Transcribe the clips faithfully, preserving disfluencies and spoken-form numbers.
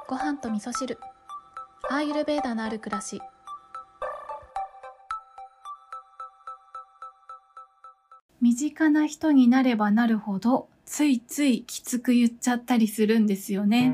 ご飯と味噌汁、アーユルヴェーダのある暮らし。身近な人になればなるほどついついきつく言っちゃったりするんですよね。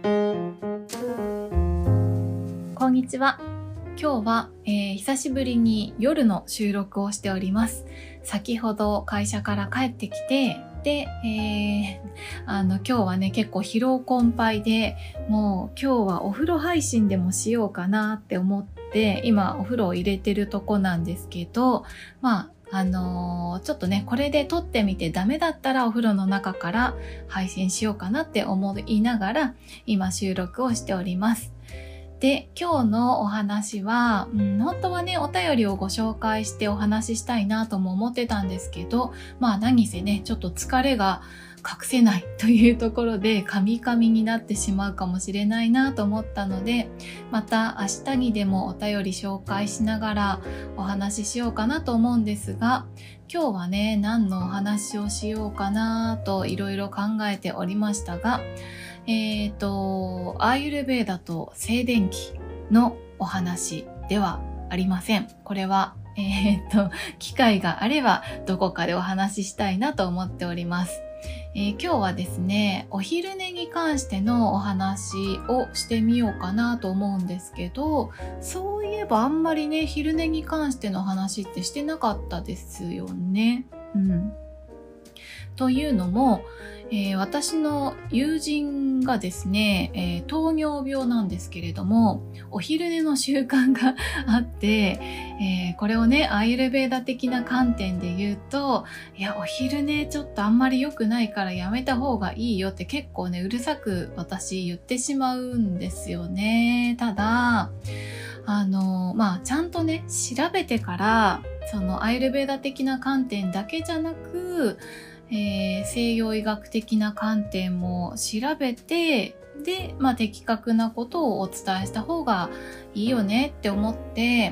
こんにちは。今日は、えー、久しぶりに夜の収録をしております。先ほど会社から帰ってきて、で、えー、あの今日はね結構疲労困憊で、もう今日はお風呂配信でもしようかなって思って今お風呂を入れてるとこなんですけど、まああのー、ちょっとねこれで撮ってみてダメだったらお風呂の中から配信しようかなって思いながら今収録をしております。で、今日のお話は、うん、本当はね、お便りをご紹介してお話ししたいなとも思ってたんですけど、まあ何せね、ちょっと疲れが隠せないというところで、カミカミになってしまうかもしれないなと思ったので、また明日にでもお便り紹介しながらお話ししようかなと思うんですが、今日はね、何のお話をしようかなといろいろ考えておりましたが、えっと、アーユルヴェーダと静電気のお話ではありません。これは、えっと、機会があればどこかでお話ししたいなと思っております。えー、今日はですね、お昼寝に関してのお話をしてみようかなと思うんですけど、そういえばあんまりね、昼寝に関しての話ってしてなかったですよね。うん。というのも、えー、私の友人がですね、えー、糖尿病なんですけれども、お昼寝の習慣があって、えー、これをね、アーユルヴェーダ的な観点で言うと、いや、お昼寝ちょっとあんまり良くないからやめた方がいいよって結構ね、うるさく私言ってしまうんですよね。ただ、あの、まあ、ちゃんとね、調べてから、そのアーユルヴェーダ的な観点だけじゃなく、えー、西洋医学的な観点も調べて、で、まあ、的確なことをお伝えした方がいいよねって思って、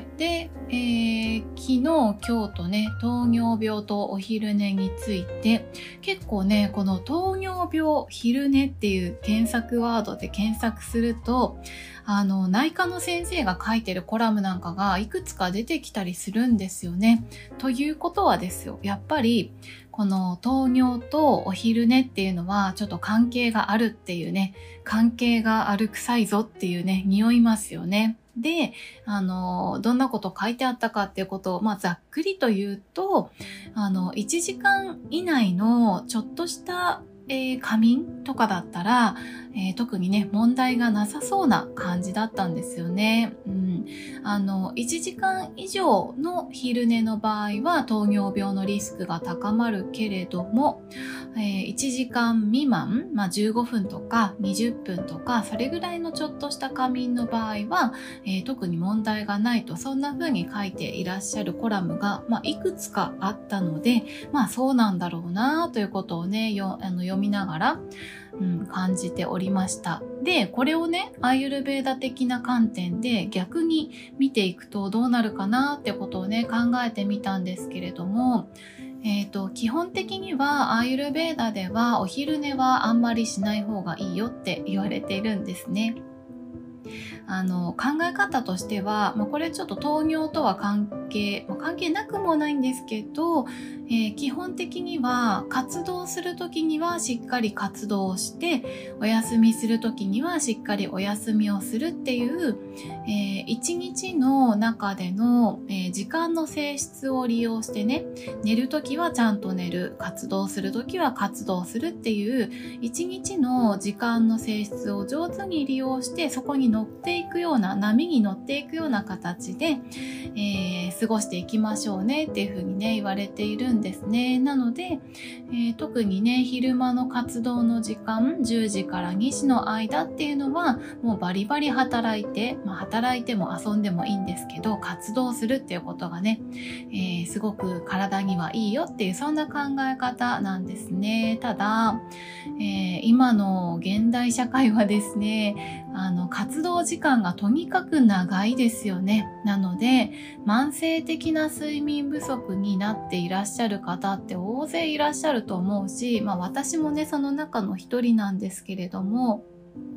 で、えー、昨日、今日とね、糖尿病とお昼寝について、結構ね、この糖尿病、昼寝っていう検索ワードで検索すると、あの、内科の先生が書いてるコラムなんかがいくつか出てきたりするんですよね。ということはですよ、やっぱり、この糖尿とお昼寝っていうのはちょっと関係があるっていうね、関係がある臭いぞっていうね、匂いますよね。で、あの、どんなこと書いてあったかっていうことを、まあ、ざっくりと言うと、あの、いちじかん以内のちょっとしたえー、仮眠とかだったら、えー、特にね問題がなさそうな感じだったんですよね。うん、あのいちじかん以上の昼寝の場合は糖尿病のリスクが高まるけれども、えー、いちじかん未満、まあ、じゅうごふんとかにじゅっぷんとかそれぐらいのちょっとした仮眠の場合は、えー、特に問題がないと、そんな風に書いていらっしゃるコラムが、まあ、いくつかあったので、まあそうなんだろうなということをねよあの読みながら、うん、感じておりました。で、これをね、アーユルヴェーダ的な観点で逆に見ていくとどうなるかなってことをね、考えてみたんですけれども、えーと、基本的にはアーユルヴェーダではお昼寝はあんまりしない方がいいよって言われているんですね。あの考え方としては、まあ、これちょっと糖尿とは関係、まあ、関係なくもないんですけど、えー、基本的には活動するときにはしっかり活動をして、お休みするときにはしっかりお休みをするっていう、えー、一日の中での、えー、時間の性質を利用してね、寝るときはちゃんと寝る、活動するときは活動するっていう一日の時間の性質を上手に利用して、そこに乗っていくような、波に乗っていくような形で、えー、過ごしていきましょうねっていうふうにね言われているんですね。なので、えー、特にね昼間の活動の時間じゅうじからにじの間っていうのはもうバリバリ働いて、まあ、働いても遊んでもいいんですけど、活動するっていうことがね、えー、すごく体にはいいよっていう、そんな考え方なんですね。ただ、えー、今の現代社会はですね、あの活動時間がとにかく長いですよね。なので慢性的な睡眠不足になっていらっしゃる方って大勢いらっしゃると思うし、まあ私もねその中の一人なんですけれども、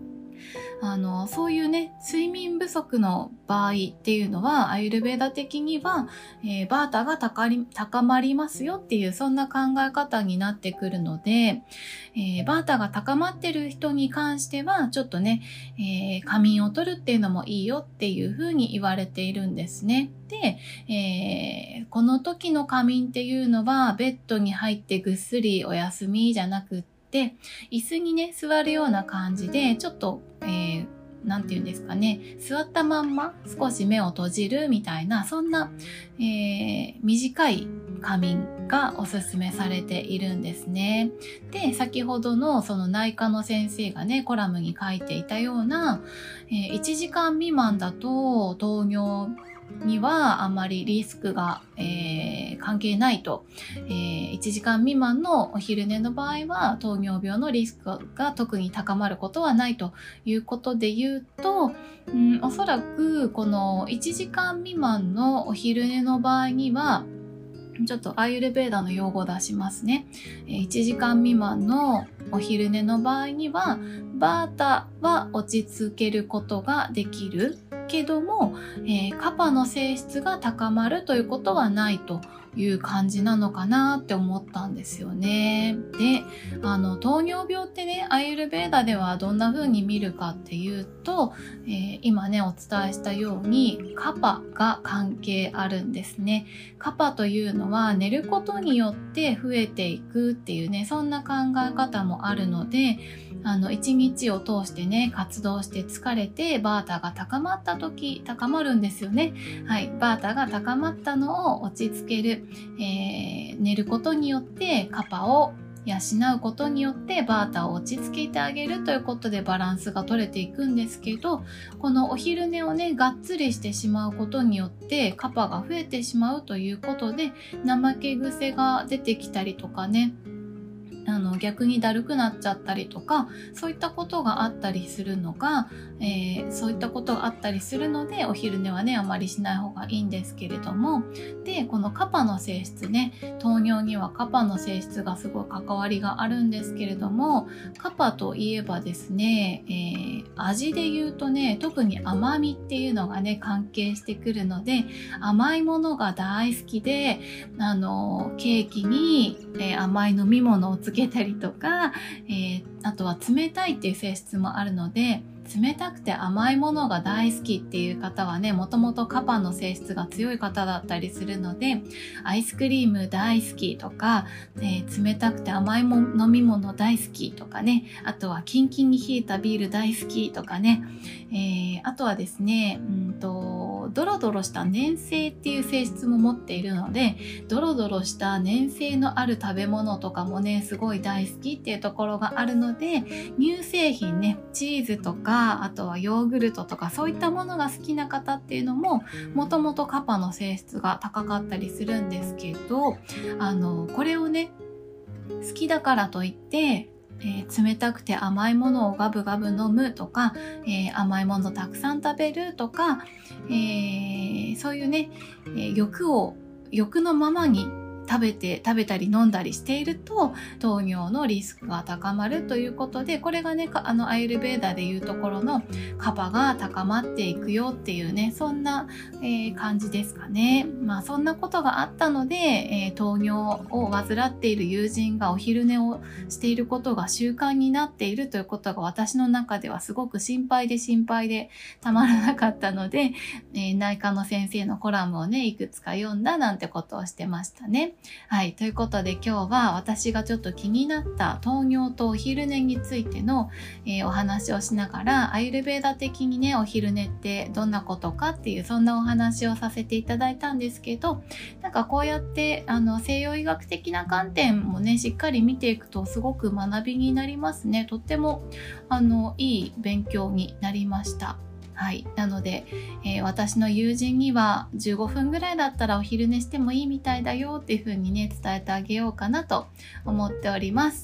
あのそういうね睡眠不足の場合っていうのはアーユルヴェーダ的には、えー、バータが高り高まりますよっていうそんな考え方になってくるので、えー、バータが高まってる人に関してはちょっとね、えー、仮眠を取るっていうのもいいよっていうふうに言われているんですね。で、えー、この時の仮眠っていうのはベッドに入ってぐっすりお休みじゃなくって椅子にね座るような感じでちょっと、えーなんていうんですかね、座ったまんま少し目を閉じるみたいな、そんな、えー、短い仮眠がおすすめされているんですね。で、先ほどのその内科の先生がね、コラムに書いていたような、えー、いちじかん未満だと糖尿にはあまりリスクが、えー、関係ないと、えー、いちじかん未満のお昼寝の場合は糖尿病のリスクが特に高まることはないということで言うと、うん、おそらくこのいちじかん未満のお昼寝の場合にはちょっとアーユルヴェーダの用語を出しますね。いちじかん未満のお昼寝の場合にはバータは落ち着けることができるけども、えー、カパの性質が高まるということはないという感じなのかなって思ったんですよね。で、あの糖尿病ってね、アーユルヴェーダではどんな風に見るかっていうと、えー、今ねお伝えしたようにカパが関係あるんですね。カパというのは寝ることによって増えていくっていうね、そんな考え方もあるので、あの一日を通してね活動して疲れてバータが高まった時高まるんですよね。はい、バータが高まったのを落ち着ける、えー、寝ることによってカパを養うことによってバータを落ち着けてあげるということでバランスが取れていくんですけど、このお昼寝をねがっつりしてしまうことによってカパが増えてしまうということで怠け癖が出てきたりとかね、あの逆にだるくなっちゃったりとか、そういったことがあったりするのが、えー、そういったことがあったりするのでお昼寝はねあまりしない方がいいんですけれども、でこのカパの性質ね、糖尿にはカパの性質がすごい関わりがあるんですけれども、カパといえばですね、えー、味で言うとね特に甘みっていうのがね関係してくるので、甘いものが大好きで、あのケーキに、えー、甘い飲み物をつけたりとか、えー、あとは冷たいっていう性質もあるので、冷たくて甘いものが大好きっていう方はね、もともとカパの性質が強い方だったりするので、アイスクリーム大好きとか、えー、冷たくて甘いも飲み物大好きとかね、あとはキンキンに冷えたビール大好きとかね、えー、あとはですね、うんとドロドロした粘性っていう性質も持っているので、ドロドロした粘性のある食べ物とかもねすごい大好きっていうところがあるので、乳製品ね、チーズとかあとはヨーグルトとかそういったものが好きな方っていうのももともとカパの性質が高かったりするんですけど、あのこれをね好きだからといってえー、冷たくて甘いものをガブガブ飲むとか、えー、甘いものたくさん食べるとか、えー、そういうね、えー、欲を欲のままに食べて食べたり飲んだりしていると糖尿のリスクが高まるということで、これがねあのアーユルヴェーダでいうところのカパが高まっていくよっていうね、そんな、えー、感じですかね。まあそんなことがあったので、えー、糖尿を患っている友人がお昼寝をしていることが習慣になっているということが私の中ではすごく心配で心配でたまらなかったので、えー、内科の先生のコラムをねいくつか読んだなんてことをしてましたね。はい、ということで今日は私がちょっと気になった糖尿とお昼寝についての、えー、お話をしながら、アーユルヴェーダ的にねお昼寝ってどんなことかっていうそんなお話をさせていただいたんですけど、なんかこうやってあの西洋医学的な観点もねしっかり見ていくとすごく学びになりますね。とってもあのいい勉強になりました。はい、なので、えー、私の友人にはじゅうごふんぐらいだったらお昼寝してもいいみたいだよっていう風にね伝えてあげようかなと思っております。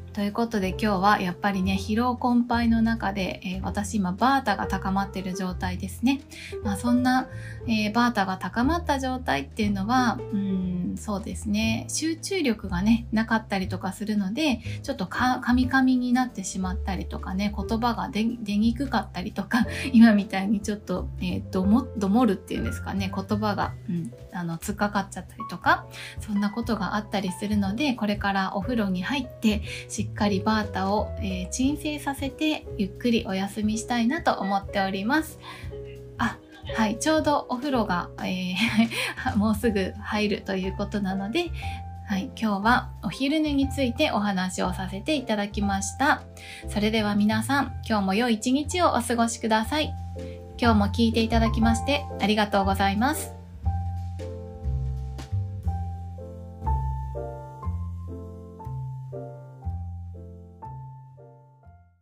ということで今日はやっぱりね、疲労困憊の中で、えー、私今バータが高まっている状態ですね。まあそんな、えー、バータが高まった状態っていうのは、うーん、そうですね、集中力がね、なかったりとかするので、ちょっとか、カミカミになってしまったりとかね、言葉が出、出にくかったりとか、今みたいにちょっと、えー、ども、どもるっていうんですかね、言葉が、うん、あの、突っかかっちゃったりとか、そんなことがあったりするので、これからお風呂に入って、しっかりバータを、えー、鎮静させてゆっくりお休みしたいなと思っております。あ、はい、ちょうどお風呂が、えー、もうすぐ入るということなので、はい、今日はお昼寝についてお話をさせていただきました。それでは皆さん、今日も良い一日をお過ごしください。今日も聞いていただきましてありがとうございます。